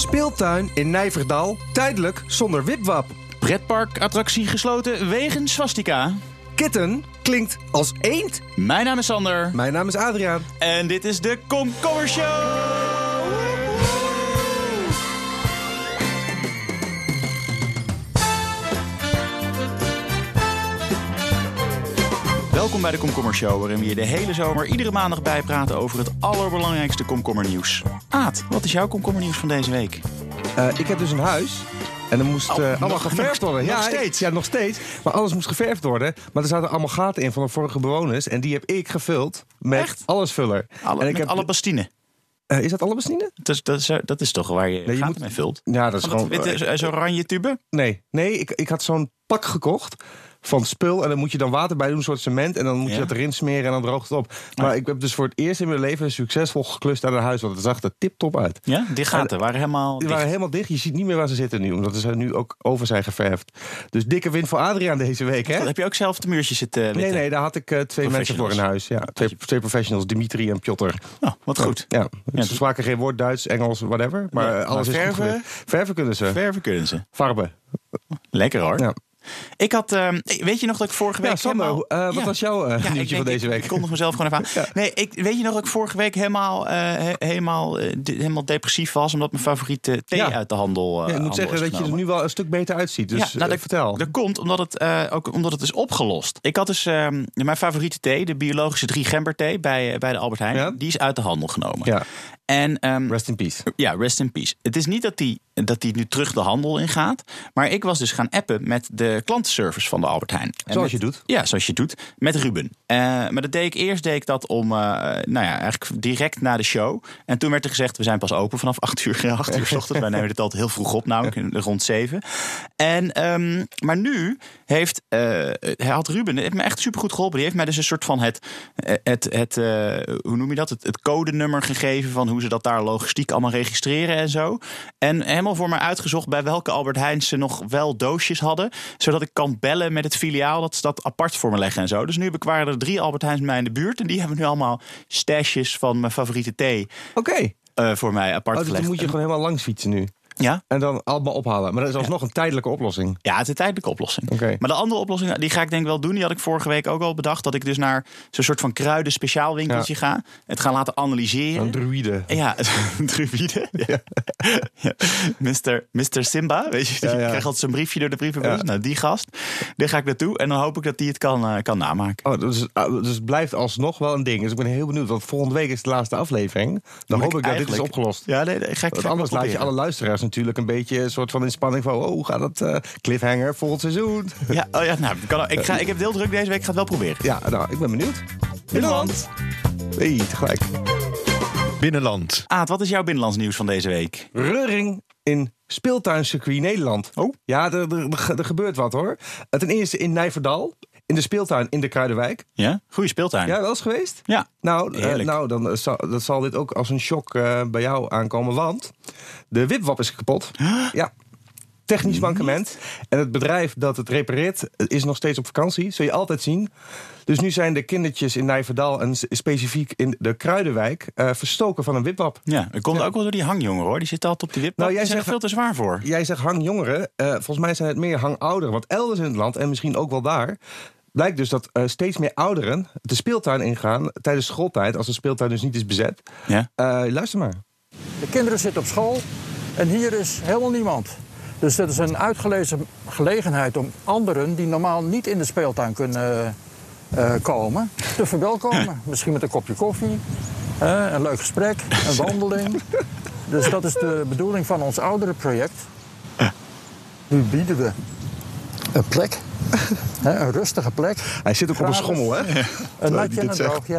Speeltuin in Nijverdal, tijdelijk zonder wipwap. Pretparkattractie gesloten wegens swastika. Kitten klinkt als eend. Mijn naam is Sander. Mijn naam is Adriaan. En dit is de Komkommer Show. Welkom bij de Komkommer Show, waarin we je de hele zomer iedere maandag bijpraten over het allerbelangrijkste komkommernieuws. Aad, wat is jouw komkommernieuws van deze week? Ik heb dus een huis. En er moest allemaal geverfd worden. Nog steeds? Ja, nog steeds. Maar alles moest geverfd worden. Maar er zaten allemaal gaten in van de vorige bewoners. En die heb ik gevuld met allesvuller. Alle bastine. Is dat alle bastine? Dat is toch waar je gaten mee vult? Ja, dat is gewoon... Zo'n oranje tube? Nee, ik had zo'n pak gekocht van spul. En dan moet je dan water bij doen, een soort cement. En dan moet je dat erin smeren en dan droogt het op. Maar ik heb dus voor het eerst in mijn leven succesvol geklust aan een huis. Want het zag er tip-top uit. Ja, die gaten waren helemaal dicht. Waren helemaal dicht. Je ziet niet meer waar ze zitten nu. Omdat ze nu ook over zijn geverfd. Dus dikke win voor Adriaan deze week, hè? Heb je ook zelf de muurtjes zitten? Nee, daar had ik twee mensen voor in huis. Ja, twee professionals, Dimitri en Piotr. Oh, wat goed. Ja, ze spraken geen woord Duits, Engels, whatever. Maar alles is goed geweest. Verven kunnen ze. Farben. Lekker hoor. Ja. Ik had, weet je nog dat ik vorige week... Ja, Sander, wat was jouw nieuwtje van deze week? Ik kondig mezelf gewoon even aan. Nee, weet je nog dat ik vorige week helemaal depressief was... omdat mijn favoriete thee uit de handel ik moet zeggen dat je er nu wel een stuk beter uitziet. Dus vertel. Dat komt omdat het is opgelost. Ik had dus mijn favoriete thee, de biologische 3-gember thee... bij de Albert Heijn, die is uit de handel genomen. Ja. En, rest in peace. Ja, rest in peace. Het is niet dat die nu terug de handel ingaat. Maar ik was dus gaan appen met de klantenservice van de Albert Heijn. Zoals je doet. Ja, zoals je doet. Met Ruben. Maar dat deed ik dat om, eigenlijk direct na de show. En toen werd er gezegd, we zijn pas open vanaf 8 uur 's ochtends. Wij nemen dit altijd heel vroeg op, rond 7. Maar nu had Ruben, heeft me echt supergoed geholpen. Die heeft mij dus een soort van hoe noem je dat? Het codenummer gegeven van hoe ze dat daar logistiek allemaal registreren en zo. En helemaal voor mij uitgezocht bij welke Albert Heijn ze nog wel doosjes hadden. Zodat ik kan bellen met het filiaal dat ze dat apart voor me leggen en zo. Dus nu waren er 3 Albert Heijns bij mij in de buurt. En die hebben nu allemaal stashes van mijn favoriete thee voor mij apart gelegd. Dus dan moet je gewoon helemaal langs fietsen nu. Ja? En dan allemaal ophalen. Maar dat is alsnog een tijdelijke oplossing. Ja, het is een tijdelijke oplossing. Okay. Maar de andere oplossing, die ga ik denk ik wel doen. Die had ik vorige week ook al bedacht. Dat ik dus naar zo'n soort van kruiden speciaalwinkeltje ga. Het gaan laten analyseren. Een druïde. Ja, een druïde. Ja. Mr. Simba, weet je. Die krijgt altijd zo'n briefje door de brievenbus. Ja. Nou, die gast. Daar ga ik naartoe. En dan hoop ik dat die het kan namaken. Oh, dus het blijft alsnog wel een ding. Dus ik ben heel benieuwd. Want volgende week is de laatste aflevering. Dan hoop ik dat dit is opgelost. Ja, nee, ga ik anders laat je alle luisteraars natuurlijk een beetje een soort van inspanning van... hoe gaat het cliffhanger volgend seizoen? Ik heb het heel druk deze week. Ik ga het wel proberen. Ja, ik ben benieuwd. Binnenland. Hey, tegelijk. Binnenland. Aad, wat is jouw binnenlands nieuws van deze week? Reuring in speeltuincircuit Nederland. Oh? Ja, er gebeurt wat hoor. Ten eerste in Nijverdal. In de speeltuin in de Kruidenwijk. Ja, goede speeltuin. Ja, wel eens geweest? Ja. Dan zal dit ook als een shock bij jou aankomen. Want de wipwap is kapot. Ja. Technisch mankement. En het bedrijf dat het repareert is nog steeds op vakantie. Zul je altijd zien. Dus nu zijn de kindertjes in Nijverdal en specifiek in de Kruidenwijk verstoken van een wipwap. Ja, dat komt ook wel door die hangjongeren hoor. Die zitten altijd op die wipwap. Die zijn er veel te zwaar voor. Jij zegt hangjongeren. Volgens mij zijn het meer hangouderen. Want elders in het land en misschien ook wel daar... blijkt dus dat steeds meer ouderen de speeltuin ingaan tijdens schooltijd, als de speeltuin dus niet is bezet. Ja. Luister maar. De kinderen zitten op school en hier is helemaal niemand. Dus dat is een uitgelezen gelegenheid om anderen die normaal niet in de speeltuin kunnen komen, te verwelkomen. Misschien met een kopje koffie, een leuk gesprek, een wandeling. Dus dat is de bedoeling van ons ouderenproject. Nu bieden we een plek. Een rustige plek. Hij zit ook op een schommel, hè? Een natje en een droogje.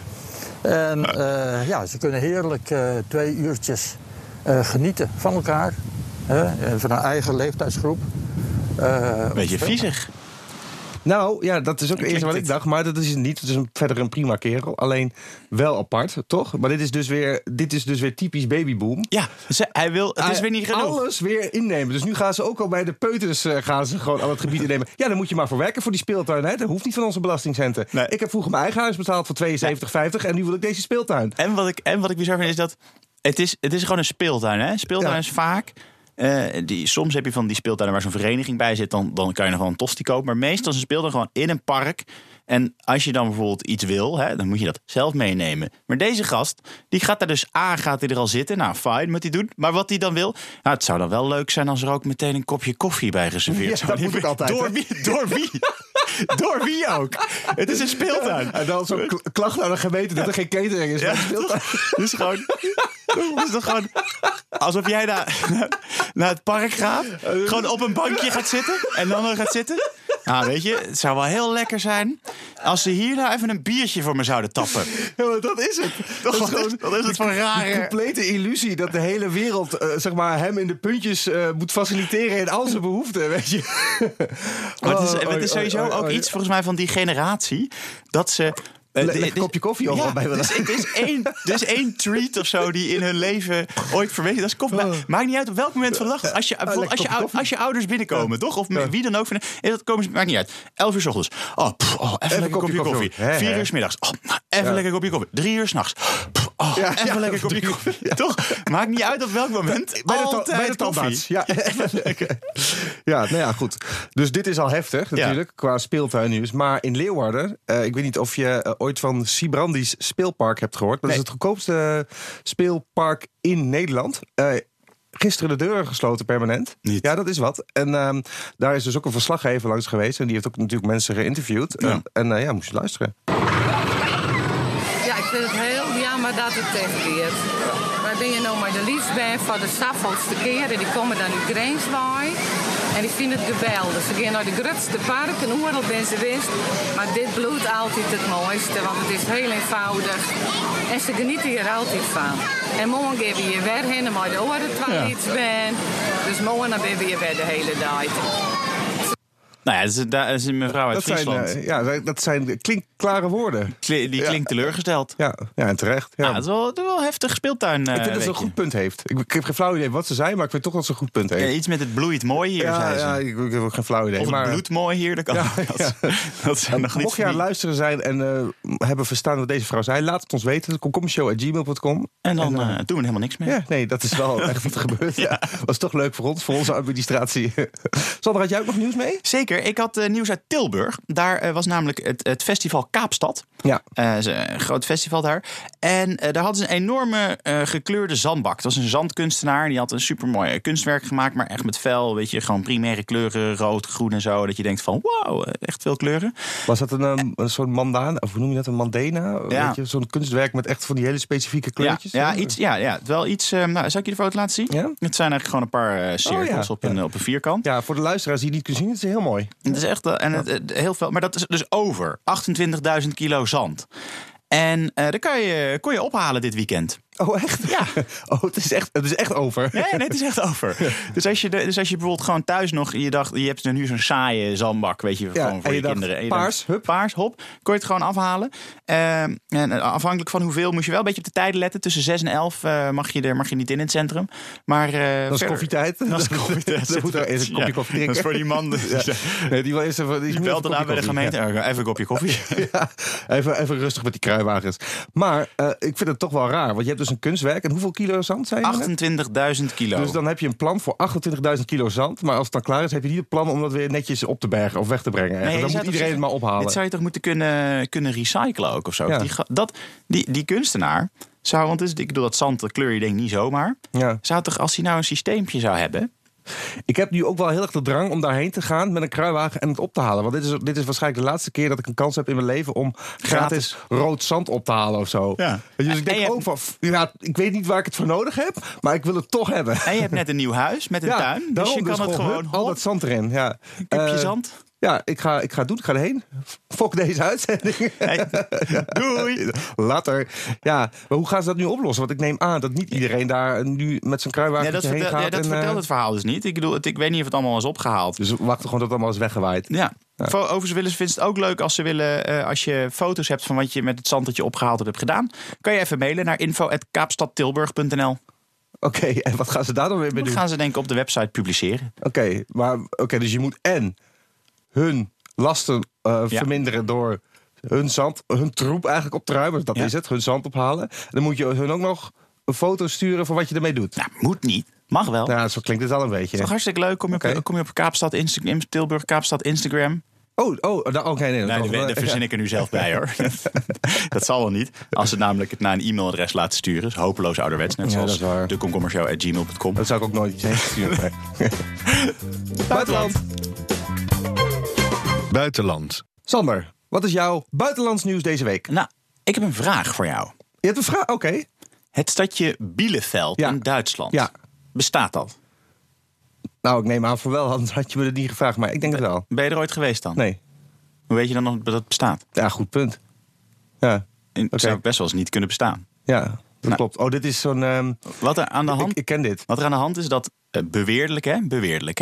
En ze kunnen heerlijk 2 uurtjes genieten van elkaar. Van een eigen leeftijdsgroep. Beetje viezig. Nou, ja, dat is ook het eerste wat ik dacht. Maar dat is het niet. Het is verder een prima kerel. Alleen wel apart, toch? Maar dit is dus weer typisch babyboom. Ja, het is weer niet genoeg. Alles weer innemen. Dus nu gaan ze ook al bij de peuters gaan ze gewoon al het gebied innemen. Ja, dan moet je maar voor werken voor die speeltuin. Hè? Dat hoeft niet van onze belastingcenten. Nee. Ik heb vroeger mijn eigen huis betaald voor 72,50 en nu wil ik deze speeltuin. En wat ik bizar vind is dat Het is gewoon een speeltuin, hè? Speeltuin is vaak... soms heb je van die speeltuinen waar zo'n vereniging bij zit... dan kan je nog wel een tosti kopen. Maar meestal is een speeltuin gewoon in een park. En als je dan bijvoorbeeld iets wil, hè, dan moet je dat zelf meenemen. Maar deze gast, die gaat daar dus gaat hij er al zitten. Nou, fijn, moet hij doen. Maar wat hij dan wil... Nou, het zou dan wel leuk zijn als er ook meteen een kopje koffie bij geserveerd Ja, dat moet ik altijd. Door wie? Door wie ook? Het is een speeltuin. En dan zo'n klacht naar de gemeente dat er geen catering is. Ja, het is gewoon... Het is toch gewoon alsof jij naar het park gaat. Gewoon op een bankje gaat zitten. En dan nog gaat zitten. Nou, weet je, het zou wel heel lekker zijn als ze hier nou even een biertje voor me zouden tappen. Ja, maar dat is het. Dat is het voor rare... Een complete illusie dat de hele wereld zeg maar, hem in de puntjes moet faciliteren in al zijn behoeften, weet je. Maar het is sowieso ook iets volgens mij van die generatie dat ze... Een kopje koffie overal bij willen. Dus er is één treat of zo die in hun leven ooit verwezen. Dat is koffie. Maakt niet uit op welk moment van de dag. Als je ouders binnenkomen, toch? Of wie dan ook. Maakt niet uit. 11 uur 's ochtends. Even een kopje koffie. 4 uur 's middags. Even lekker kopje koffie. 3 uur 's nachts. Even lekker kopje koffie. Toch? Maakt niet uit op welk moment. Bij de tandarts. Ja. Ja, nou ja, goed. Dus dit is al heftig natuurlijk, qua speeltuinnieuws. Maar in Leeuwarden, ik weet niet of je ooit van Sibrandi's speelpark hebt gehoord. Maar dat is het goedkoopste speelpark in Nederland. Gisteren de deuren gesloten permanent. Niet. Ja, dat is wat. En daar is dus ook een verslaggever langs geweest. En die heeft ook natuurlijk mensen geïnterviewd. Ja. En moest je luisteren. Ja, ik vind het heel jammer dat het tegenkeert. Wij ben je nou maar de liefsband voor de zoveelste keer. En die komen dan nu Greenswaai. En die vinden het geweldig. Ze gaan naar de grootste parken, overal ben ze wist. Maar dit bloedt altijd het mooiste, want het is heel eenvoudig. En ze genieten hier altijd van. En morgen gaan we hier weer heen, maar de oren terwijl iets ben. Dus morgen dan ben we hier weer de hele dag. Nou ja, dat is een mevrouw uit Friesland. Dat zijn klinkklare woorden. Die klinkt teleurgesteld. Ja, en terecht. Ja. Het is wel heftig speeltuin. Ik vind dat ze een goed punt heeft. Ik heb geen flauw idee wat ze zijn, maar ik vind toch dat ze een goed punt heeft. Ja, iets met het bloeit mooi hier, zei ze. Ja, ik heb ook geen flauw idee. Of het bloedt mooi hier, dat kan. Dat zijn nog niet. Mocht je aan het luisteren zijn en hebben verstaan wat deze vrouw zei, laat het ons weten. komkomshow@gmail.com. En dan doen we helemaal niks meer. Ja, nee, dat is wel echt wat er gebeurt. Ja. Was toch leuk voor ons, voor onze administratie. Sander, had jij ook nog nieuws mee? Zeker. Ik had nieuws uit Tilburg. Daar was namelijk het festival Kaapstad. Ja. Een groot festival daar. En daar hadden ze een enorme gekleurde zandbak. Dat was een zandkunstenaar. Die had een supermooi kunstwerk gemaakt. Maar echt met fel, weet je, gewoon primaire kleuren. Rood, groen en zo. Dat je denkt van, wauw, echt veel kleuren. Was dat een soort mandana? Of hoe noem je dat? Een mandena? Ja. Weet je, zo'n kunstwerk met echt van die hele specifieke kleurtjes? Wel iets. Zal ik je de foto laten zien? Ja? Het zijn eigenlijk gewoon een paar cirkels op een vierkant. Ja, voor de luisteraars die het niet kunnen zien, het is heel mooi. Het is echt heel veel. Maar dat is dus over 28.000 kilo zand. En dat kon je ophalen dit weekend. Oh, echt? Ja. Oh, het is echt over. Nee, het is echt over. Dus als je bijvoorbeeld gewoon thuis nog... Je dacht, je hebt nu zo'n saaie zandbak, weet je, gewoon voor je kinderen. En paars, hop. Kon je het gewoon afhalen. En afhankelijk van hoeveel moest je wel een beetje op de tijden letten. Tussen 6 en 11 mag je niet in het centrum. Maar, dat is koffietijd. Dat is koffietijd. Dan moet er eerst een kopje koffie drinken. Dat is voor die man. Nee, die wil eerst even... Die belt dan aan bij de gemeente. Ja. Even een kopje koffie. Ja, even rustig met die kruiwagens. Maar ik vind het toch wel raar. Want je hebt dus een kunstwerk. En hoeveel kilo zand zijn er? 28.000 kilo. Dus dan heb je een plan voor 28.000 kilo zand. Maar als het dan klaar is, heb je niet het plan om dat weer netjes op te bergen of weg te brengen. Nee, dan moet iedereen het maar ophalen. Dit zou je toch moeten kunnen recyclen ook of zo. Ja. Die kunstenaar zou, want ik bedoel, dat zand, dat kleur je denk ik niet zomaar. Ja. Zou toch, als hij nou een systeempje zou hebben... Ik heb nu ook wel heel erg de drang om daarheen te gaan met een kruiwagen en het op te halen. Want dit is waarschijnlijk de laatste keer dat ik een kans heb in mijn leven om gratis rood zand op te halen of zo. Ja. Dus ik denk ook van, ik weet niet waar ik het voor nodig heb, maar ik wil het toch hebben. En je hebt net een nieuw huis met een tuin. Dus je kan het gewoon al dat zand erin. Ja. Een kubje zand. Ja, ik ga erheen. Fok deze uitzending. Hey, doei. Later. Ja, maar hoe gaan ze dat nu oplossen? Want ik neem aan dat niet iedereen daar nu met zijn kruiwagen heen gaat. Dat vertelt het verhaal dus niet. Ik bedoel, ik weet niet of het allemaal is opgehaald. Dus we wachten gewoon dat het allemaal is weggewaaid. Ja. Overigens vinden ze het ook leuk als ze willen, als je foto's hebt van wat je met het zand dat je opgehaald hebt gedaan. Kan je even mailen naar info@kaapstadtilburg.nl. Oké, en wat gaan ze daar dan weer mee doen? Dat gaan ze denk ik op de website publiceren. Oké, dus je moet en hun lasten verminderen door hun zand, hun troep eigenlijk op te ruimen. Dat is het, hun zand ophalen. Dan moet je hun ook nog een foto sturen van wat je ermee doet? Nou, moet niet. Mag wel. Nou, zo klinkt het al een beetje. Toch hartstikke leuk. Kom je op Kaapstad in Tilburg, Kaapstad Instagram. Nee. Daar verzin ik er nu zelf bij, hoor. Dat zal wel niet. Als ze namelijk het naar een e-mailadres laten sturen. Dus hopeloos ouderwets. Net zoals dekomkommershow@gmail.com. Dat zou ik ook nooit iets heen sturen. Buitenland. Buitenland. Sander, wat is jouw buitenlands nieuws deze week? Nou, ik heb een vraag voor jou. Je hebt een vraag? Oké. Het stadje Bielefeld in Duitsland. Ja. Bestaat dat? Nou, ik neem aan van wel, anders had je me dat niet gevraagd. Maar ik denk het wel. Ben je er ooit geweest dan? Nee. Hoe weet je dan nog dat het bestaat? Ja, goed punt. Ja. Het zou best wel eens niet kunnen bestaan. Ja, dat klopt. Oh, dit is zo'n... Wat er aan de hand... Ik ken dit. Wat er aan de hand is dat beweerdelijk, hè? Beweerdelijk.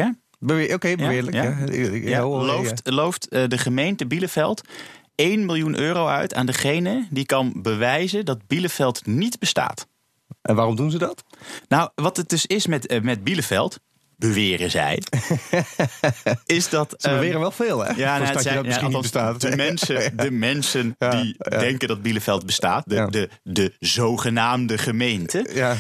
Ja. Looft de gemeente Bielefeld 1 miljoen euro uit aan degene die kan bewijzen dat Bielefeld niet bestaat. En waarom doen ze dat? Nou, wat het dus is met Bielefeld, beweren zij, is dat... Ze beweren wel veel, hè? Ja, dat misschien niet bestaat. De mensen die denken dat Bielefeld bestaat, de zogenaamde gemeente,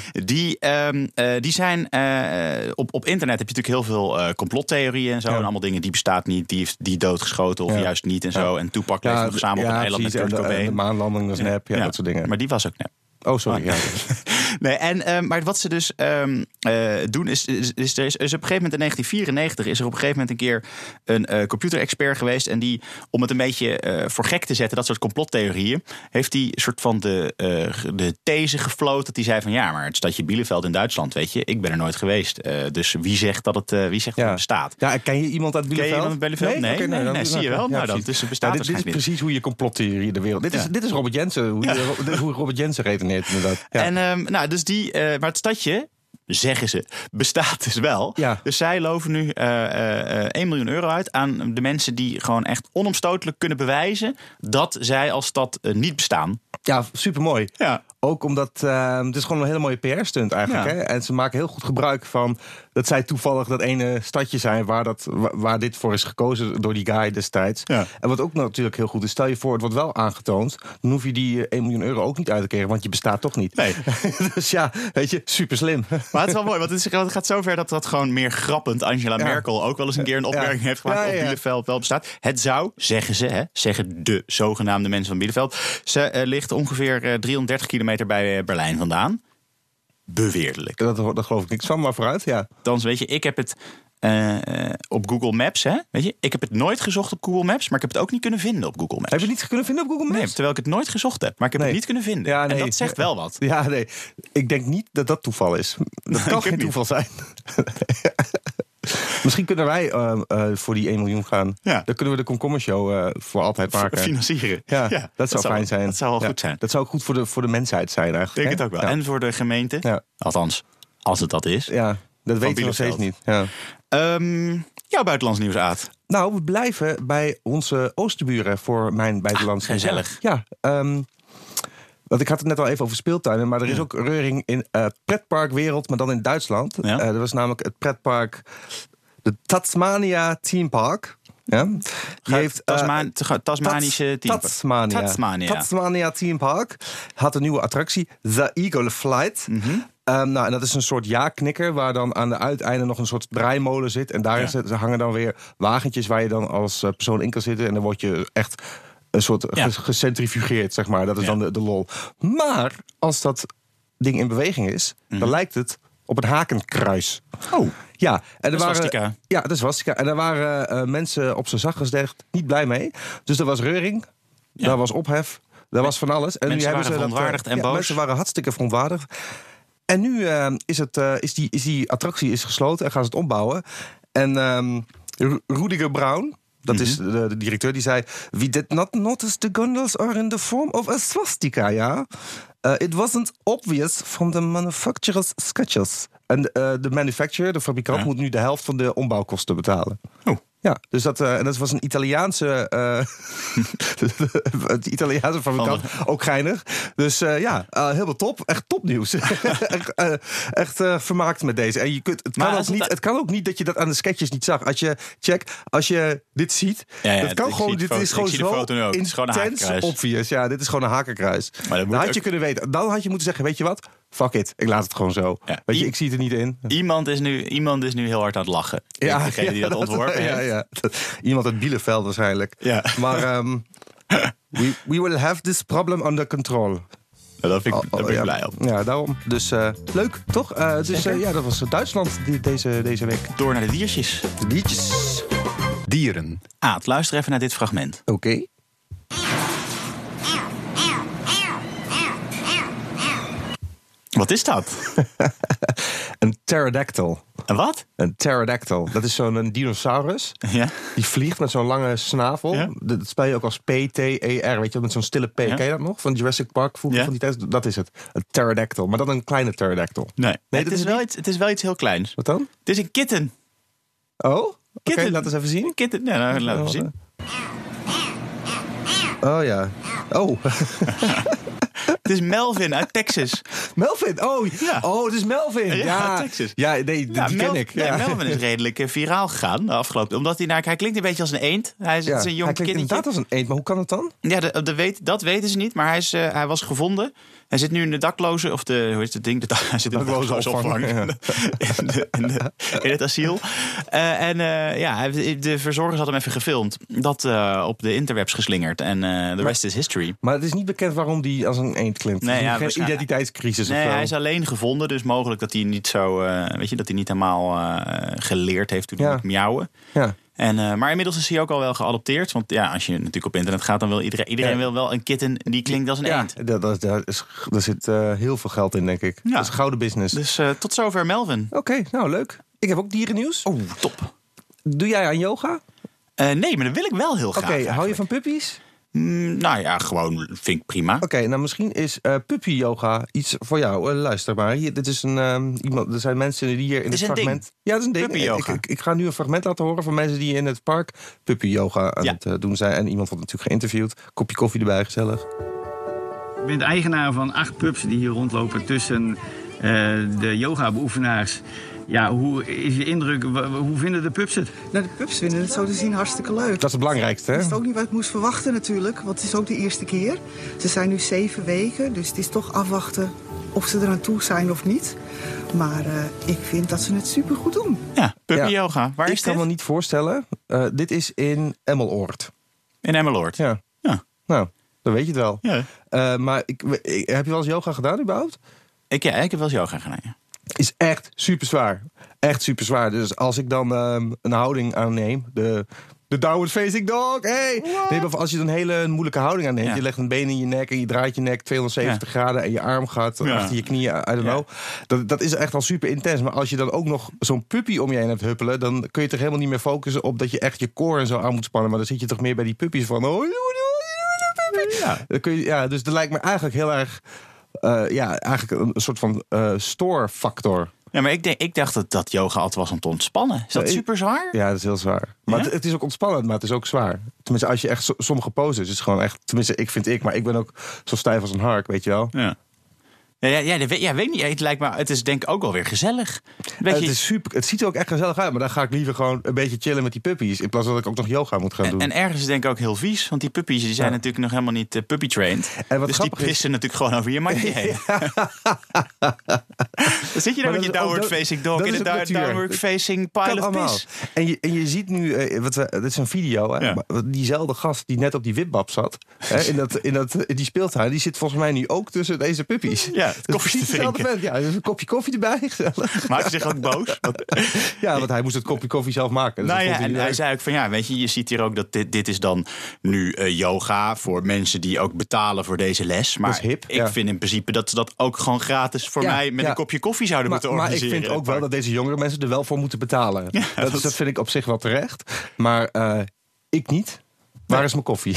die zijn... Op internet heb je natuurlijk heel veel complottheorieën en zo. En allemaal dingen, die bestaat niet, die doodgeschoten of juist niet en zo. En Tupac leeft nog samen op een eiland met Kurt Cobain. De maanlanding was nep, dat soort dingen. Maar die was ook nep. Oh, sorry. Ja. Nee, maar wat ze dus doen is op een gegeven moment in 1994 is er op een gegeven moment een keer een computerexpert geweest. En die, om het een beetje voor gek te zetten, dat soort complottheorieën, heeft hij een soort van de these gefloten dat hij zei van ja, maar het stadje Bielefeld in Duitsland, weet je, ik ben er nooit geweest. Dus wie zegt dat het bestaat? Ja, ken je iemand uit Bielefeld? Ken je iemand uit Bielefeld? Nee, zie je wel. Nou, dan, dus het bestaat dit is precies hoe je complottheorie in de wereld. Dit is Robert Jensen, hoe Robert Jensen redeneert inderdaad. Ja. En dus maar het stadje, zeggen ze, bestaat dus wel. Ja. Dus zij loven nu 1 miljoen euro uit aan de mensen die gewoon echt onomstotelijk kunnen bewijzen dat zij als stad niet bestaan. Ja, supermooi. Ja. Ook omdat het is gewoon een hele mooie PR-stunt eigenlijk. Ja. Hè? En ze maken heel goed gebruik van dat zij toevallig dat ene stadje zijn waar dit voor is gekozen door die guy destijds. Ja. En wat ook natuurlijk heel goed is, stel je voor het wordt wel aangetoond, dan hoef je die 1 miljoen euro ook niet uit te krijgen, want je bestaat toch niet. Nee. Dus ja, weet je, super slim. Maar het is wel mooi, want het gaat zover dat gewoon meer grappend Angela Merkel ook wel eens een keer een opmerking heeft gemaakt of Bielefeld wel bestaat. Het zou, zeggen ze, zeggen de zogenaamde mensen van Bielefeld, ze ligt ongeveer 330 kilometer bij Berlijn vandaan. Beweerdelijk. Dat geloof ik niks van, maar vooruit, ja. Dan weet je, ik heb het op Google Maps, hè? Weet je, ik heb het nooit gezocht op Google Maps, maar ik heb het ook niet kunnen vinden op Google Maps. Heb je het niet kunnen vinden op Google Maps? Nee, terwijl ik het nooit gezocht heb, maar ik heb het niet kunnen vinden. Ja, nee. En dat zegt wel wat. Ja, nee. Ik denk niet dat dat toeval is. Dat kan geen toeval zijn. Misschien kunnen wij voor die 1 miljoen gaan. Ja. Dan kunnen we de Komkommershow voor altijd maken. Financieren. Ja, dat zou fijn zijn. Dat zou wel goed zijn. Dat zou ook goed voor de mensheid zijn eigenlijk. Denk het ook wel. Ja. En voor de gemeente. Ja. Althans, als het dat is. Ja, dat weten we nog steeds niet. Ja. Jouw buitenlands nieuws, Aad. Nou, we blijven bij onze oosterburen voor mijn buitenlands nieuws. Gezellig. Ja, want ik had het net al even over speeltuinen, maar er is ook reuring in pretparkwereld, maar dan in Duitsland. Ja. Er was namelijk het pretpark, de Tasmania Theme Park. Ja. Die heeft Tasmanische Tasmania Theme Park had een nieuwe attractie, The Eagle Flight. Mm-hmm. En dat is een soort ja-knikker waar dan aan de uiteinden nog een soort draaimolen zit. En daar hangen dan weer wagentjes waar je dan als persoon in kan zitten. En dan word je echt een soort gecentrifugeerd, zeg maar. Dat is dan de lol. Maar als dat ding in beweging is, dan lijkt het op een hakenkruis. Oh, ja. En dat is swastika. Ja, dat is swastika. En daar waren mensen op zijn zacht gezegd niet blij mee. Dus er was reuring, daar was ophef, daar was van alles. En mensen nu waren verontwaardigd en boos. Mensen waren hartstikke verontwaardigd. En nu is die attractie gesloten en gaan ze het opbouwen. En Rudiger Braun, dat is de directeur, die zei: "We did not notice the gondolas are in the form of a swastika, ja. It wasn't obvious from the manufacturer's sketches." En de manufacturer, de fabrikant, moet nu de helft van de ombouwkosten betalen. Oh. Ja, dus dat was een Italiaanse Italiaanse fabrikant, ook geinig. Dus helemaal top. Echt topnieuws. echt vermaakt met deze. En het kan ook niet dat je dat aan de sketches niet zag. Als je dit ziet, dat kan gewoon. Dit is gewoon zo intens obvious. Ja, dit is gewoon een hakenkruis. Dan had je kunnen weten. Dan had je moeten zeggen, weet je wat? fuck it, ik laat het gewoon zo. Ja. Weet je, ik zie het er niet in. Iemand is nu heel hard aan het lachen. Degene die dat ontworpen heeft. Ja. Iemand uit Bielefeld waarschijnlijk. Ja. Maar we will have this problem under control. Daar ben ik blij op. Ja, daarom. Dus leuk, toch? Dat was Duitsland deze week. Door naar de diertjes. De diertjes. Dieren. Aad, luister even naar dit fragment. Oké. Wat is dat? Een pterodactyl. Een wat? Een pterodactyl. Dat is zo'n dinosaurus. Ja. Die vliegt met zo'n lange snavel. Ja. Dat spel je ook als P-T-E-R. Weet je, met zo'n stille P. Ja. Ken je dat nog? Van Jurassic Park vroeger Ja. van die tijd. Dat is het. Een pterodactyl. Maar dan een kleine pterodactyl. Nee, dat het, is is wel iets heel kleins. Wat dan? Het is een kitten. Oh? Oké, Kitten. laat eens even zien. Een kitten. Ja, nou, laten we zien. Oh ja. Oh. Het is Melvin uit Texas. Melvin. Oh, Ja. Oh, het is Melvin. Ja, Texas. Ja, nee, die ken ik. Ja, Ja. Melvin is redelijk viraal gegaan de afgelopen. Omdat hij klinkt een beetje als een eend. Hij is een jong Hij klinkt kindertje. inderdaad als een eend, maar hoe kan het dan? Ja, dat weten ze niet. Maar hij was gevonden. Hij zit nu in de dakloze, of hoe heet het ding? Hij zit in de dakloze opvang. Ja. In het asiel. De verzorgers hadden hem even gefilmd. Dat op de interwebs geslingerd. En de rest is history. Maar het is niet bekend waarom die als een eend klinkt. Nee, ja, geen identiteitscrisis Nee, of zo. hij is alleen gevonden. Dus mogelijk dat hij niet zo, dat hij niet helemaal geleerd heeft toen hij moet miauwen. Ja. Maar inmiddels is hij ook al wel geadopteerd. Want ja, als je natuurlijk op internet gaat, dan wil iedereen wil wel een kitten die klinkt als een eend. Daar zit heel veel geld in, denk ik. Ja. Dat is gouden business. Dus tot zover Melvin. Oké, nou leuk. Ik heb ook dierennieuws. Oh, top. Doe jij aan yoga? Nee, maar dat wil ik wel heel graag. Oké, hou je eigenlijk. van puppies? Nou ja, gewoon vind ik prima. Oké, nou misschien is puppy yoga iets voor jou. Luister maar. Hier, dit is iemand. Er zijn mensen die hier in het een fragment. ding. Ja, dat is een ding. Puppy yoga. Ik ga nu een fragment laten horen van mensen die in het park puppy yoga aan het doen zijn. En iemand wordt natuurlijk geïnterviewd. Kopje koffie erbij, gezellig. Ik ben de eigenaar van 8 pups die hier rondlopen tussen de yoga-beoefenaars. Ja, hoe is je indruk? Hoe vinden de pups het? Nou, de pups vinden het zo te zien hartstikke leuk. Dat is het belangrijkste, hè? Ik wist ook niet wat ik moest verwachten natuurlijk, want het is ook de eerste keer. Ze zijn nu 7 weken, dus het is toch afwachten of ze eraan toe zijn of niet. Maar ik vind dat ze het supergoed doen. Ja, puppy Ja. yoga. Waar Ik is kan dit? me niet voorstellen. Dit is in Emmeloord. In Emmeloord. Ja. Ja. Nou, dan weet je het wel. Ja. Maar heb je wel eens yoga gedaan überhaupt? Ik heb wel eens yoga gedaan. Ja. Is echt super zwaar. Echt super zwaar. Dus als ik dan een houding aanneem, de downward facing dog, hey! Nee, maar als je een hele moeilijke houding aanneemt, Ja. je legt een been in je nek en je draait je nek 270 graden en je arm gaat achter je knieën, I don't know. Dat is echt al super intens. Maar als je dan ook nog zo'n puppy om je heen hebt huppelen, dan kun je toch helemaal niet meer focussen op dat je echt je core en zo aan moet spannen. Maar dan zit je toch meer bij die puppies van, Dan kun je, dus dat lijkt me eigenlijk heel erg, eigenlijk een soort van store-factor. Ja, maar ik dacht dat yoga altijd was om te ontspannen. Is dat super zwaar? Ja, dat is heel zwaar. Maar het is ook ontspannend, maar het is ook zwaar. Tenminste, als je echt sommige poses is het gewoon echt. Tenminste, maar ik ben ook zo stijf als een hark, weet je wel. Ja. Weet niet. Het lijkt me, het is denk ik ook wel weer gezellig. Het is super. Het ziet er ook echt gezellig uit, maar dan ga ik liever gewoon een beetje chillen met die puppies in plaats van dat ik ook nog yoga moet gaan doen. En ergens denk ik ook heel vies, want die puppies die zijn natuurlijk nog helemaal niet puppy trained. En wat dus die grappig is- pissen natuurlijk gewoon over je mandje heen. Dan zit je daar met je downward facing dog in de downward facing pile Kan of allemaal. piss. En je ziet nu, dit is een video, hè, Ja. maar diezelfde gast die net op die wipbab zat, hè, in die speeltuin, die zit volgens mij nu ook tussen deze puppies. Ja, het koffie te precies dezelfde drinken. vent. Ja, dus een kopje koffie erbij, gezellig. Maakt hij zich ook boos? Want hij moest het kopje koffie zelf maken. Dus Nou dat ja, vond en niet hij leuk. zei ook van weet je ziet hier ook dat dit is dan nu yoga voor mensen die ook betalen voor deze les. Maar Dat is hip, ik ja. vind in principe dat ze dat ook gewoon gratis voor mij met een kopje koffie zouden moeten Maar ik organiseren. vind ook wel dat deze jongere mensen er wel voor moeten betalen. Dat vind ik op zich wel terecht. Maar ik niet. Waar is mijn koffie?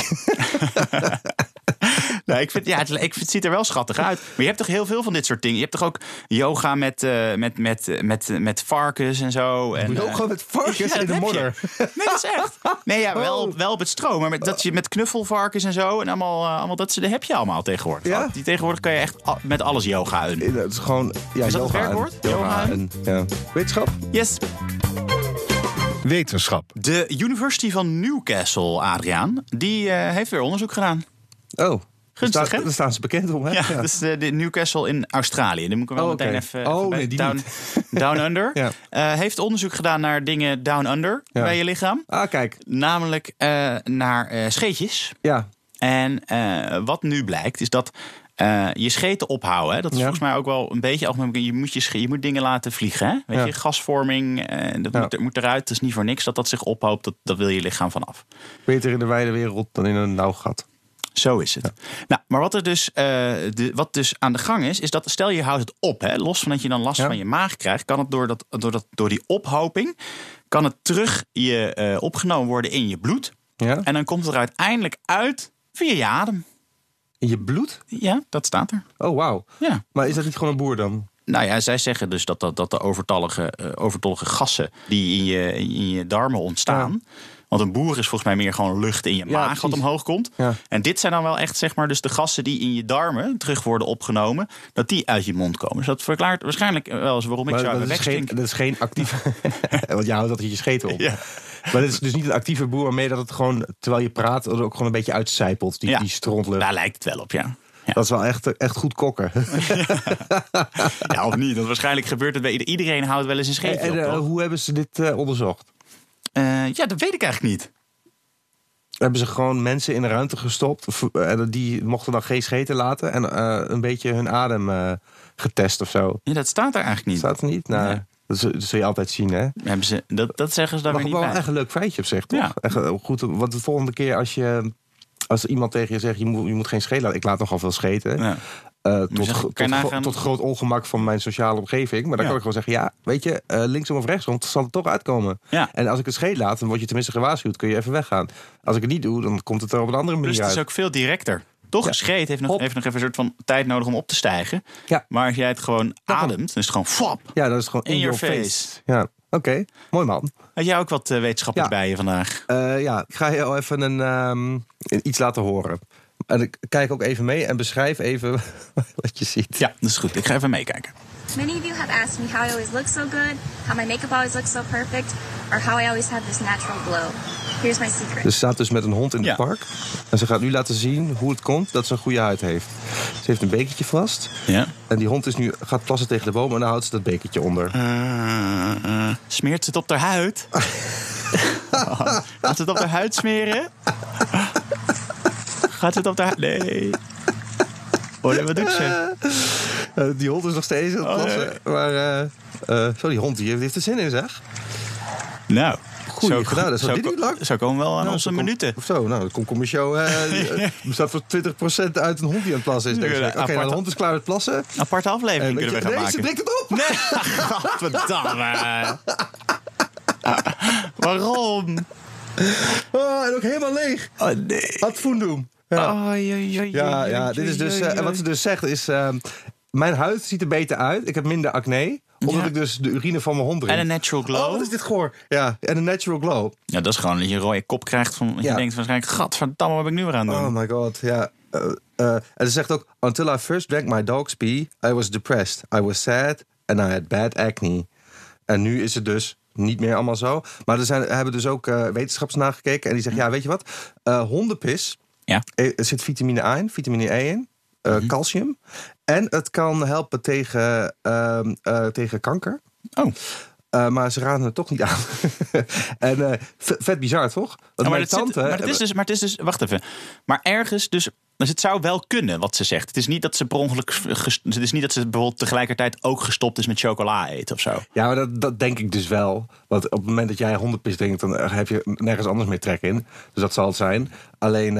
Nou, ik vind het ziet er wel schattig uit. Maar je hebt toch heel veel van dit soort dingen. Je hebt toch ook yoga met varkens en zo. En, Ook gewoon met varkens ja, dat in de heb je. modder. Nee, dat is echt. Nee, ja, wel op het stro. Maar dat je met knuffelvarkens en zo. En allemaal dat heb je allemaal tegenwoordig. Ja? Tegenwoordig kan je echt met alles yoga doen. Dat is gewoon. Ja, Is dat het yoga werkwoord? en- Yoga en ja. Wetenschap? Yes. Wetenschap. De University van Newcastle, Adriaan, die heeft weer onderzoek gedaan. Oh. Gunstig, hè? Daar staan ze bekend om, hè? Ja, dat is de Newcastle in Australië. Die moet ik wel meteen even nee, die down, down Under. Ja. Heeft onderzoek gedaan naar dingen Down Under bij je lichaam. Ah, kijk. Namelijk naar scheetjes. Ja. En wat nu blijkt is dat je scheten ophouden. Hè? Dat is volgens mij ook wel een beetje algemeen. Je moet dingen laten vliegen. Hè? Weet je, gasvorming, dat moet eruit. Dat is niet voor niks dat zich ophoopt. Dat wil je lichaam vanaf. Beter in de wijde wereld dan in een nauw gat. Zo is het. Ja. Nou, maar wat er dus, wat dus aan de gang is dat stel je houdt het op. Hè? Los van dat je dan last van je maag krijgt, kan het door die ophoping kan het terug opgenomen worden in je bloed. Ja. En dan komt het er uiteindelijk uit via je adem. In je bloed? Ja, dat staat er. Oh, wauw. Ja. Maar is dat niet gewoon een boer dan? Nou ja, zij zeggen dus dat de overtollige gassen die in je darmen ontstaan. Ja. Want een boer is volgens mij meer gewoon lucht in je maag wat omhoog komt. Ja. En dit zijn dan wel echt, zeg maar, dus de gassen die in je darmen terug worden opgenomen, dat die uit je mond komen. Dus dat verklaart waarschijnlijk wel eens waarom ik zo aan dat is geen actief. Want je houdt dat je scheten op. Ja. Maar het is dus niet een actieve boer waarmee dat het gewoon, terwijl je praat, er ook gewoon een beetje uitcijpelt. Die strontlucht. Daar lijkt het wel op, ja. Ja. Dat is wel echt goed kokken. Ja, of niet? Want waarschijnlijk gebeurt het bij iedereen houdt wel eens een scheetje op. En hoe hebben ze dit onderzocht? Ja, dat weet ik eigenlijk niet. Hebben ze gewoon mensen in een ruimte gestopt. Die mochten dan geen scheten laten. En een beetje hun adem getest of zo. Ja, dat staat er eigenlijk niet. Staat er niet? Nou, dat zul je altijd zien, hè? Hebben ze, dat zeggen ze dan weer niet bij. Wel echt een leuk feitje op zich, toch? Ja. Echt goed, want de volgende keer als iemand tegen je zegt, je moet geen scheet laten. Ik laat nogal veel scheten. Ja. Tot groot ongemak van mijn sociale omgeving. Maar dan kan ik gewoon zeggen, ja, weet je, linksom of rechtsom, zal het toch uitkomen. Ja. En als ik het scheet laat, dan word je tenminste gewaarschuwd. Kun je even weggaan. Als ik het niet doe, dan komt het er op een andere manier uit. Dus het is ook veel directer. Toch? Een scheet heeft nog even een soort van tijd nodig om op te stijgen. Ja. Maar als jij het gewoon ademt, dan is het gewoon flap. Ja, dat is gewoon in your face. Ja. Oké, mooi man. Had jij ook wat wetenschappers bij je vandaag? Ja, ik ga je al even iets laten horen. En ik kijk ook even mee en beschrijf even wat je ziet. Ja, dat is goed. Ik ga even meekijken. Many of you have asked me how I always look so good, how my makeup always looks so perfect, or how I always have this natural glow. Here's my secret. Ze staat dus met een hond in het park. En ze gaat nu laten zien hoe het komt dat ze een goede huid heeft. Ze heeft een bekertje vast. Ja. En die hond gaat plassen tegen de boom en dan houdt ze dat bekertje onder. Smeert ze het op haar huid? Gaat ze het op haar huid smeren? Gaat het op de... Nee. Oh, nee, wat doet ze? Die hond is nog steeds aan het plassen. Nee. Maar die hond die heeft er zin in, zeg. Nou. Goed gedaan. Dat is dit niet lang. Zo komen we wel aan onze minuten. Of zo. Nou, de Kom show bestaat voor 20% uit een hond die aan het plassen is. Oké, nou, de hond is klaar met plassen. Aparte aflevering kunnen we gaan maken. Nee, ze drinkt het op. Nee, godverdamme. Waarom? Oh, en ook helemaal leeg. Oh, nee. Wat voendoem. Ja, dit is dus... wat ze dus zegt is... mijn huid ziet er beter uit. Ik heb minder acne. Omdat ik dus de urine van mijn hond drink. En een natural glow. Oh, wat is dit goor. Ja, en een natural glow. Ja, dat is gewoon dat je een rode kop krijgt. Je denkt waarschijnlijk, gadverdamme, wat ben ik nu weer aan het doen? Oh my god, ja. En ze zegt ook... Until I first drank my dog's pee, I was depressed. I was sad and I had bad acne. En nu is het dus... niet meer allemaal zo. Maar hebben dus ook wetenschappers nagekeken. En die zeggen, weet je wat? Hondenpis. Ja. Er zit vitamine A in, vitamine E in. Calcium. En het kan helpen tegen kanker. Oh. Maar ze raden het toch niet aan. En vet bizar, toch? Want maar het is dus... Wacht even. Maar ergens dus... Dus het zou wel kunnen, wat ze zegt. Het is niet dat ze per ongeluk... Het is niet dat ze bijvoorbeeld tegelijkertijd ook gestopt is met chocola eten of zo. Ja, maar dat denk ik dus wel. Want op het moment dat jij hondenpis drinkt... dan heb je nergens anders meer trek in. Dus dat zal het zijn. Alleen,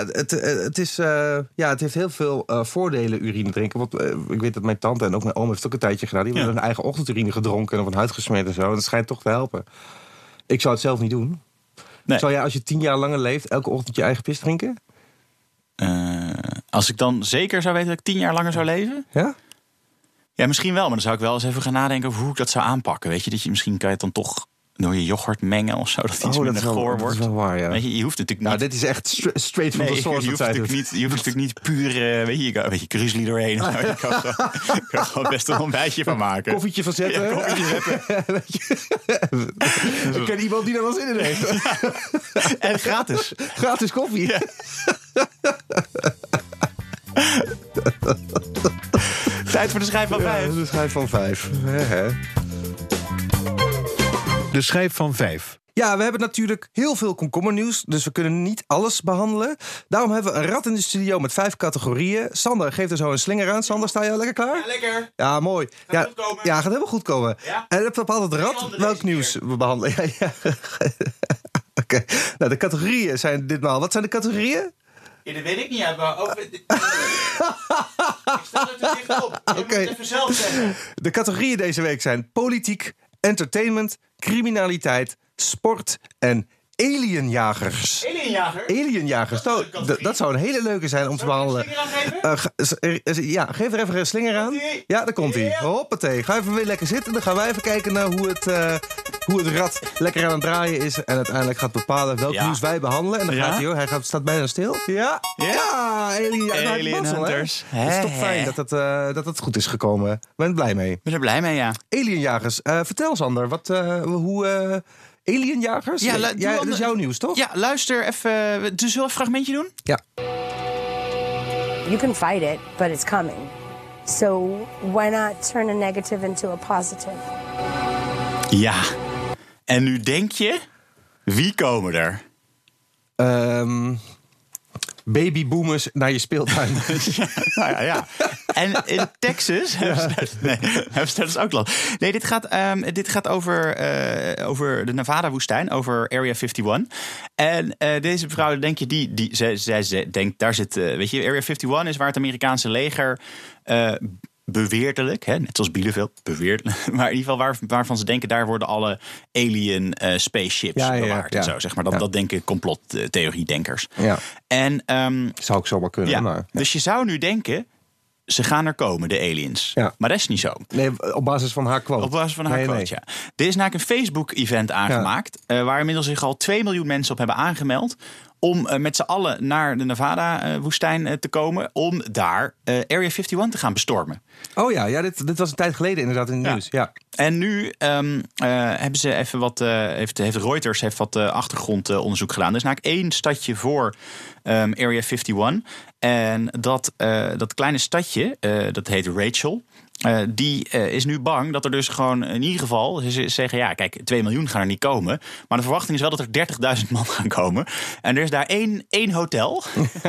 het heeft heel veel voordelen urine drinken. Want ik weet dat mijn tante en ook mijn oom heeft het ook een tijdje gedaan. Die hebben hun eigen ochtendurine gedronken en op een huid gesmeerd en zo. En dat schijnt toch te helpen. Ik zou het zelf niet doen. Nee. Zou jij als je 10 jaar langer leeft elke ochtend je eigen pis drinken? Als ik dan zeker zou weten dat ik 10 jaar langer zou leven? Ja? Ja, misschien wel. Maar dan zou ik wel eens even gaan nadenken over hoe ik dat zou aanpakken. Weet je, dat je misschien kan je het dan toch door je yoghurt mengen of zo. Dat iets minder goor wordt. Dat is wel waar, ja. Weet je hoeft natuurlijk niet... dit is echt straight from the source. Je hoeft natuurlijk niet puur, weet je, je kan een beetje grizzly doorheen. Nou, je kan er gewoon best een ontbijtje van maken. Koffietje van zetten. Ja, ik ken iemand die daar wel zin in heeft. En gratis. Gratis koffie. Ja. Tijd voor de schijf van 5. De schijf van 5. De schijf van 5. Ja, we hebben natuurlijk heel veel komkommernieuws, dus we kunnen niet alles behandelen. Daarom hebben we een rad in de studio met 5 categorieën. Sander, geef er zo een slinger aan. Sander, sta je al lekker klaar? Ja, lekker. Ja, mooi. Gaat goed komen. Ja, gaat helemaal goed komen. Ja. En het bepaalt het rad welk nieuws we behandelen. Ja. Oké. Nou, de categorieën zijn ditmaal... Wat zijn de categorieën? Ja, dat weet ik niet. Ik stel het er dicht op. Je moet het even zelf zeggen. De categorieën deze week zijn politiek, entertainment, criminaliteit, sport en alienjagers. Alienjagers. Nou, dat zou een hele leuke zijn om te behandelen. Ja, geef er even een slinger aan. Ja, daar komt hij. Hoppatee. Ga even weer lekker zitten. Dan gaan wij even kijken naar hoe het rad lekker aan het draaien is. En uiteindelijk gaat bepalen welk nieuws wij behandelen. En dan gaat hij, hij staat bijna stil. Ja, Alien Hunters. Het is toch fijn dat het goed is gekomen. Ik ben er blij mee. Ik ben er blij mee, ja. Alienjagers. Vertel, Sander, hoe... Alienjagers? Ja, dat is jouw nieuws, toch? Ja, luister even. Dus zullen we een fragmentje doen? Ja. You can fight it, but it's coming. So why not turn a negative into a positive? Ja. En nu denk je, wie komen er? Babyboomers naar je speeltuin. Ja. En in Texas hebben ze dus ook last. Nee, dit gaat over de Nevada-woestijn, over Area 51. En deze mevrouw, denk je, zij denkt, daar zit, weet je, Area 51 is waar het Amerikaanse leger beweerdelijk, net zoals Bielefeld, beweerdelijk, maar in ieder geval waarvan ze denken, daar worden alle alien spaceships bewaard en zo, zeg maar. Dat denken complottheorie-denkers. Ja. En zou ik zomaar kunnen, maar... Dus je zou nu denken, ze gaan er komen, de aliens. Ja. Maar dat is niet zo. Nee, op basis van haar quote. Op basis van haar quote, ja. Er is namelijk een Facebook-event aangemaakt, waar inmiddels zich al 2 miljoen mensen op hebben aangemeld, om met z'n allen naar de Nevada-woestijn te komen, om daar Area 51 te gaan bestormen. Oh ja, dit was een tijd geleden inderdaad in het nieuws. Ja. En nu hebben ze even heeft Reuters wat achtergrondonderzoek gedaan. Er is namelijk 1 stadje voor Area 51. En dat kleine stadje, dat heet Rachel. Die is nu bang dat er dus gewoon in ieder geval... Ze zeggen, ja, kijk, 2 miljoen gaan er niet komen. Maar de verwachting is wel dat er 30.000 man gaan komen. En er is daar één hotel.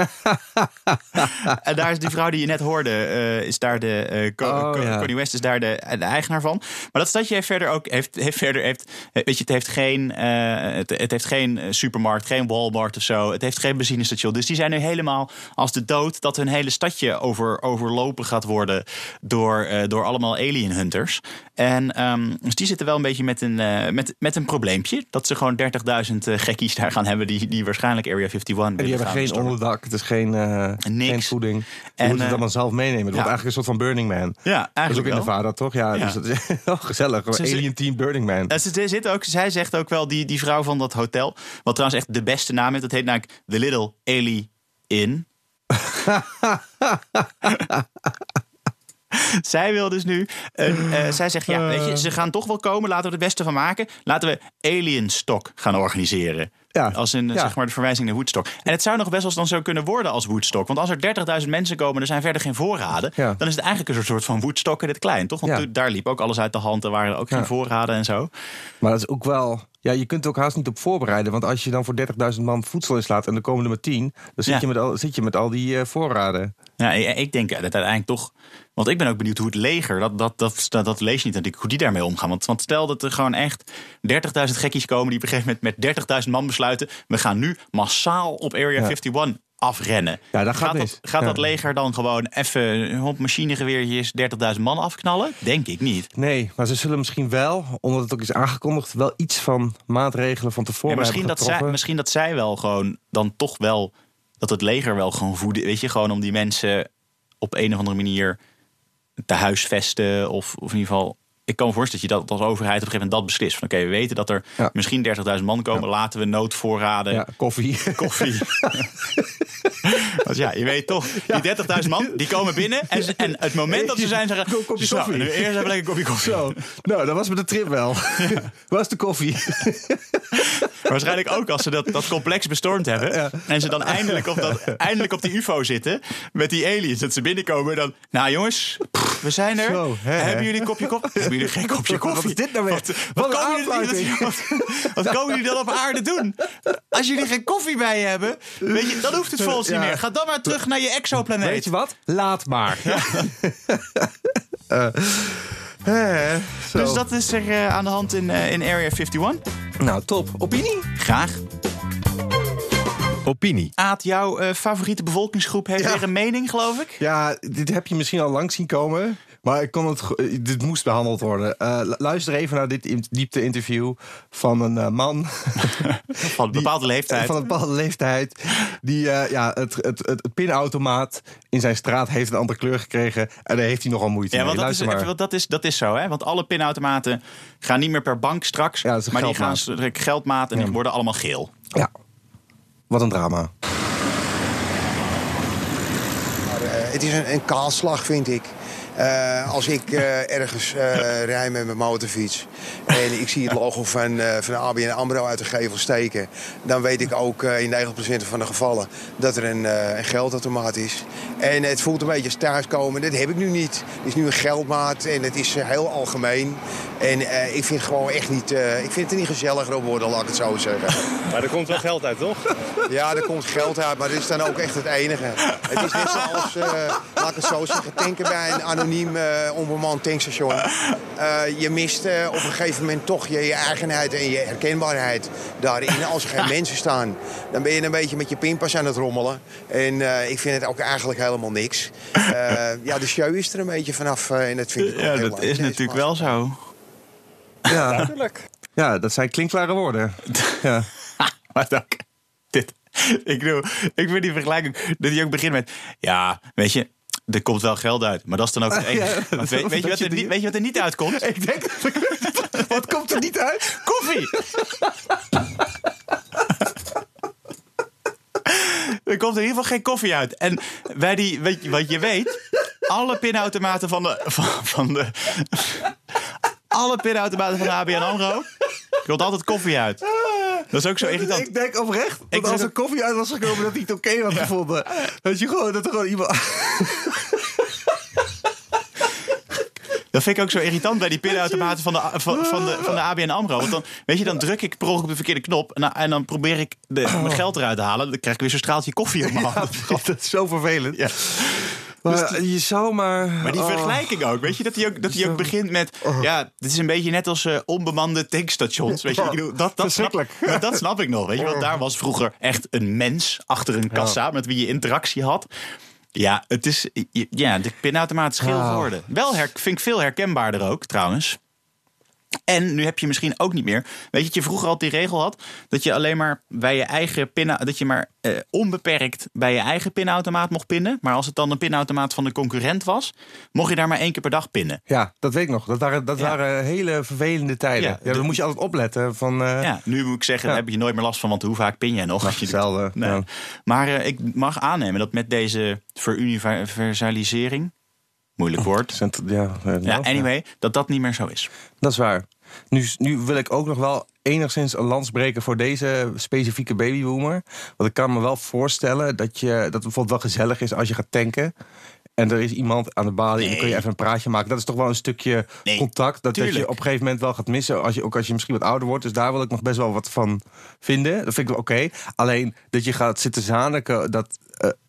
En daar is die vrouw die je net hoorde... is daar Connie West is daar de eigenaar van. Maar dat stadje heeft verder ook... weet je, het heeft geen supermarkt, geen Walmart of zo. Het heeft geen benzinestation. Dus die zijn nu helemaal als de dood... dat hun hele stadje overlopen gaat worden... door allemaal alien hunters. En dus die zitten wel een beetje met een probleempje. Dat ze gewoon 30.000 gekkies daar gaan hebben... die waarschijnlijk Area 51 en die hebben geen onderdak, het is geen voeding. Ze moeten het allemaal zelf meenemen. Het wordt eigenlijk een soort van Burning Man. Ja, eigenlijk dat is ook wel. in Nevada, toch? Ja, dus dat is gezellig. Alien Team Burning Man. Zij zegt ook wel, die vrouw van dat hotel... wat trouwens echt de beste naam heeft... dat heet namelijk The Little Alien Inn. Zij wil dus nu... zij zegt, weet je, ze gaan toch wel komen. Laten we er het beste van maken. Laten we Alienstock gaan organiseren. Ja. Als zeg maar de verwijzing naar Woodstock. En het zou nog best wel dan zo kunnen worden als Woodstock. Want als er 30.000 mensen komen, er zijn verder geen voorraden... dan is het eigenlijk een soort van Woodstock in het klein, toch? Want daar liep ook alles uit de hand. Er waren ook geen voorraden en zo. Maar dat is ook wel... Ja, je kunt er ook haast niet op voorbereiden. Want als je dan voor 30.000 man voedsel inslaat... en er komen er maar 10... dan zit je met al die voorraden. Ja, ik denk dat uiteindelijk toch... Want ik ben ook benieuwd hoe het leger... Dat lees je niet natuurlijk, hoe die daarmee omgaan. Want stel dat er gewoon echt 30.000 gekkies komen... die op een gegeven moment met 30.000 man besluiten... we gaan nu massaal op Area 51 afrennen. Ja, dat gaat dat leger dan gewoon even op machinegeweertjes 30.000 man afknallen? Denk ik niet. Nee, maar ze zullen misschien wel, omdat het ook is aangekondigd... wel iets van maatregelen van tevoren hebben getroffen. Misschien dat zij wel gewoon dan toch wel... dat het leger wel gewoon voeden... weet je, gewoon om die mensen op een of andere manier... te huisvesten of in ieder geval ik kan me voorstellen dat je dat als overheid op een gegeven moment dat beslist. Van oké, we weten dat er misschien 30.000 man komen. Laten we noodvoorraden. Ja, koffie. Want ja, je weet toch, die 30.000 man, die komen binnen. En het moment dat ze zijn, zeggen... Kopje koffie. Nu eerst even lekker koffie. Zo, nou, dat was met de trip wel. Waar is de koffie? Waarschijnlijk ook als ze dat complex bestormd hebben. Ja. En ze dan eindelijk op die UFO zitten. Met die aliens. Dat ze binnenkomen en dan... Nou jongens, we zijn er. Zo, hebben jullie een kopje koffie? Hebben jullie geen kopje koffie? Wat is dit nou weer? Wat komen jullie dan op aarde doen? Als jullie geen koffie bij je hebben... Weet je, dan hoeft het voor ons niet meer. Ga dan maar terug naar je exoplaneet. Weet je wat? Laat maar. Dus dat is er aan de hand in Area 51. Nou, top. Opinie? Graag. Opinie. Aad, jouw favoriete bevolkingsgroep heeft weer een mening, geloof ik? Ja, dit heb je misschien al lang zien komen. Maar dit moest behandeld worden. Luister even naar dit diepte-interview van een man... Van een bepaalde leeftijd. Van een bepaalde leeftijd. Die het pinautomaat in zijn straat heeft een andere kleur gekregen. En daar heeft hij nogal moeite mee. Dat is zo, hè? Want alle pinautomaten gaan niet meer per bank straks. Ja, maar die gaan geldmaat en die worden allemaal geel. Ja. Wat een drama. Het is een kaalslag, vind ik. Als ik ergens rij met mijn motorfiets en ik zie het logo van de ABN AMRO uit de gevel steken, dan weet ik ook in 90% van de gevallen dat er een geldautomaat is. En het voelt een beetje als thuiskomen. Dat heb ik nu niet. Het is nu een geldmaat en het is heel algemeen. En ik vind het gewoon echt niet... ik vind het er niet gezelliger op worden, laat ik het zo zeggen. Maar er komt wel geld uit, toch? Ja, er komt geld uit, maar dat is dan ook echt het enige. Het is net zoals, laat ik het zo zeggen, tanken bij een anoniem onbemand tankstation. Je mist op een gegeven moment toch je eigenheid en je herkenbaarheid daarin. Als er geen mensen staan, dan ben je een beetje met je pinpas aan het rommelen. En ik vind het ook eigenlijk helemaal niks. De show is er een beetje vanaf en dat vind ik ook heel leuk. Dat is natuurlijk wel zo. Ja, natuurlijk. Ja, dat zijn klinkklare woorden. Ja. Maar ook dit. Ik vind die vergelijking dat hij ook begint met... Ja, weet je, er komt wel geld uit. Maar dat is dan ook het enige. Weet je wat er niet uitkomt? Ik denk... Wat komt er niet uit? Koffie! Er komt in ieder geval geen koffie uit. En bij die, wat je weet... Alle pinautomaten alle pinautomaten van de ABN AMRO... komt altijd koffie uit. Dat is ook zo irritant. Ik denk oprecht dat als er koffie uit was gekomen... dat hij het oké had gevonden. Dat er gewoon iemand... Dat vind ik ook zo irritant bij die pinautomaten van de ABN AMRO. Want dan, weet je, dan druk ik per ongeluk op de verkeerde knop... en dan probeer ik mijn geld eruit te halen. Dan krijg ik weer zo'n straaltje koffie op mijn hand. Ja, dat is zo vervelend. Ja. Maar je zou maar die vergelijking ook, weet je, dat hij ook begint met... Ja, dit is een beetje net als onbemande tankstations. Weet je, ik bedoel, dat snap ik nog, weet je. Want daar was vroeger echt een mens achter een kassa... met wie je interactie had. Ja, het is... Ja, de pinautomaat is geel geworden. Wel vind ik veel herkenbaarder ook, trouwens. En nu heb je misschien ook niet meer... Weet je dat je vroeger altijd die regel had... dat je alleen maar bij je eigen dat je maar onbeperkt bij je eigen pinautomaat mocht pinnen. Maar als het dan een pinautomaat van de concurrent was... mocht je daar maar 1 keer per dag pinnen. Ja, dat weet ik nog. Dat waren hele vervelende tijden. Ja, dan moest je altijd opletten. Nu moet ik zeggen, daar heb je nooit meer last van... want hoe vaak pin jij nog? Hetzelfde. Nee. Ja. Maar ik mag aannemen dat met deze veruniversalisering... Moeilijk woord. Anyway, dat niet meer zo is. Dat is waar. Nu wil ik ook nog wel enigszins een lans breken voor deze specifieke babyboomer. Want ik kan me wel voorstellen dat het bijvoorbeeld wel gezellig is als je gaat tanken. En er is iemand aan de balie en dan kun je even een praatje maken. Dat is toch wel een stukje contact. Dat je op een gegeven moment wel gaat missen. Als je misschien wat ouder wordt. Dus daar wil ik nog best wel wat van vinden. Dat vind ik wel oké. Alleen dat je gaat zitten zaniken dat...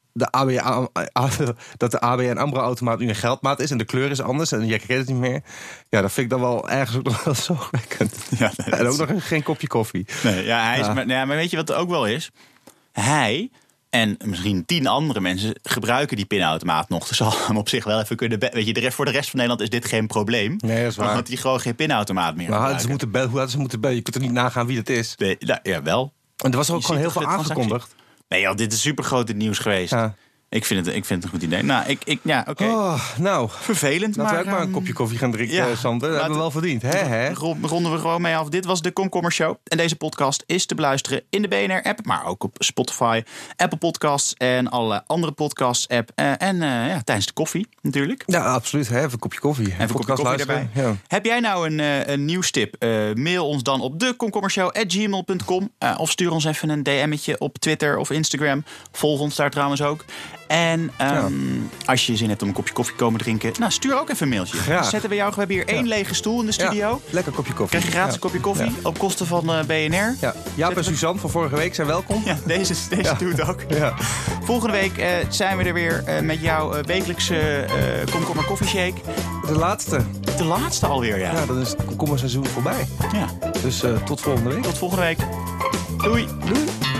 dat de ABN AMRO-automaat nu een geldmaat is... en de kleur is anders en je herkent het niet meer. Ja, dat vind ik dan wel ergens ook nog wel zorgwekkend. Ja, en ook nog geen kopje koffie. Nee, maar weet je wat het ook wel is? Hij en misschien 10 andere mensen gebruiken die pinautomaat nog. Dus zal hem op zich wel even kunnen... Weet je, voor de rest van Nederland is dit geen probleem. Nee, dat is waar. Want die gewoon geen pinautomaat meer maar hoe hadden ze moeten bellen? Je kunt er niet nagaan wie dat is. Nee, ja, wel. En er was er ook gewoon heel veel aangekondigd. Nee joh, dit is supergroot in het nieuws geweest. Ja. Ik vind het een goed idee. Nou, oké. Oh, nou, vervelend. Laten we ook maar een kopje koffie gaan drinken, Sander. Dat hebben we wel verdiend. Ronden we gewoon mee af. Dit was de Komkommer Show. En deze podcast is te beluisteren in de BNR-app, maar ook op Spotify, Apple Podcasts en alle andere podcasts-app. En tijdens de koffie natuurlijk. Ja, absoluut. Even een kopje koffie. Even een kopje koffie erbij. Ja. Heb jij nou een nieuwstip? Mail ons dan op dekomkommershow@gmail.com. Of stuur ons even een DM'tje op Twitter of Instagram. Volg ons daar trouwens ook. En als je zin hebt om een kopje koffie komen drinken, nou, stuur ook even een mailtje. Dan zetten we jou. We hebben hier 1 lege stoel in de studio. Ja, lekker kopje koffie. Krijg je gratis een kopje koffie op kosten van BNR. Ja. Jaap en Suzanne van vorige week zijn welkom. Ja, deze doet ook. Ja. Volgende week zijn we er weer met jouw wekelijkse komkommer koffieshake. De laatste. De laatste alweer, ja. Ja, dan is het komkommerseizoen voorbij. Ja. Dus tot volgende week. Tot volgende week. Doei. Doei.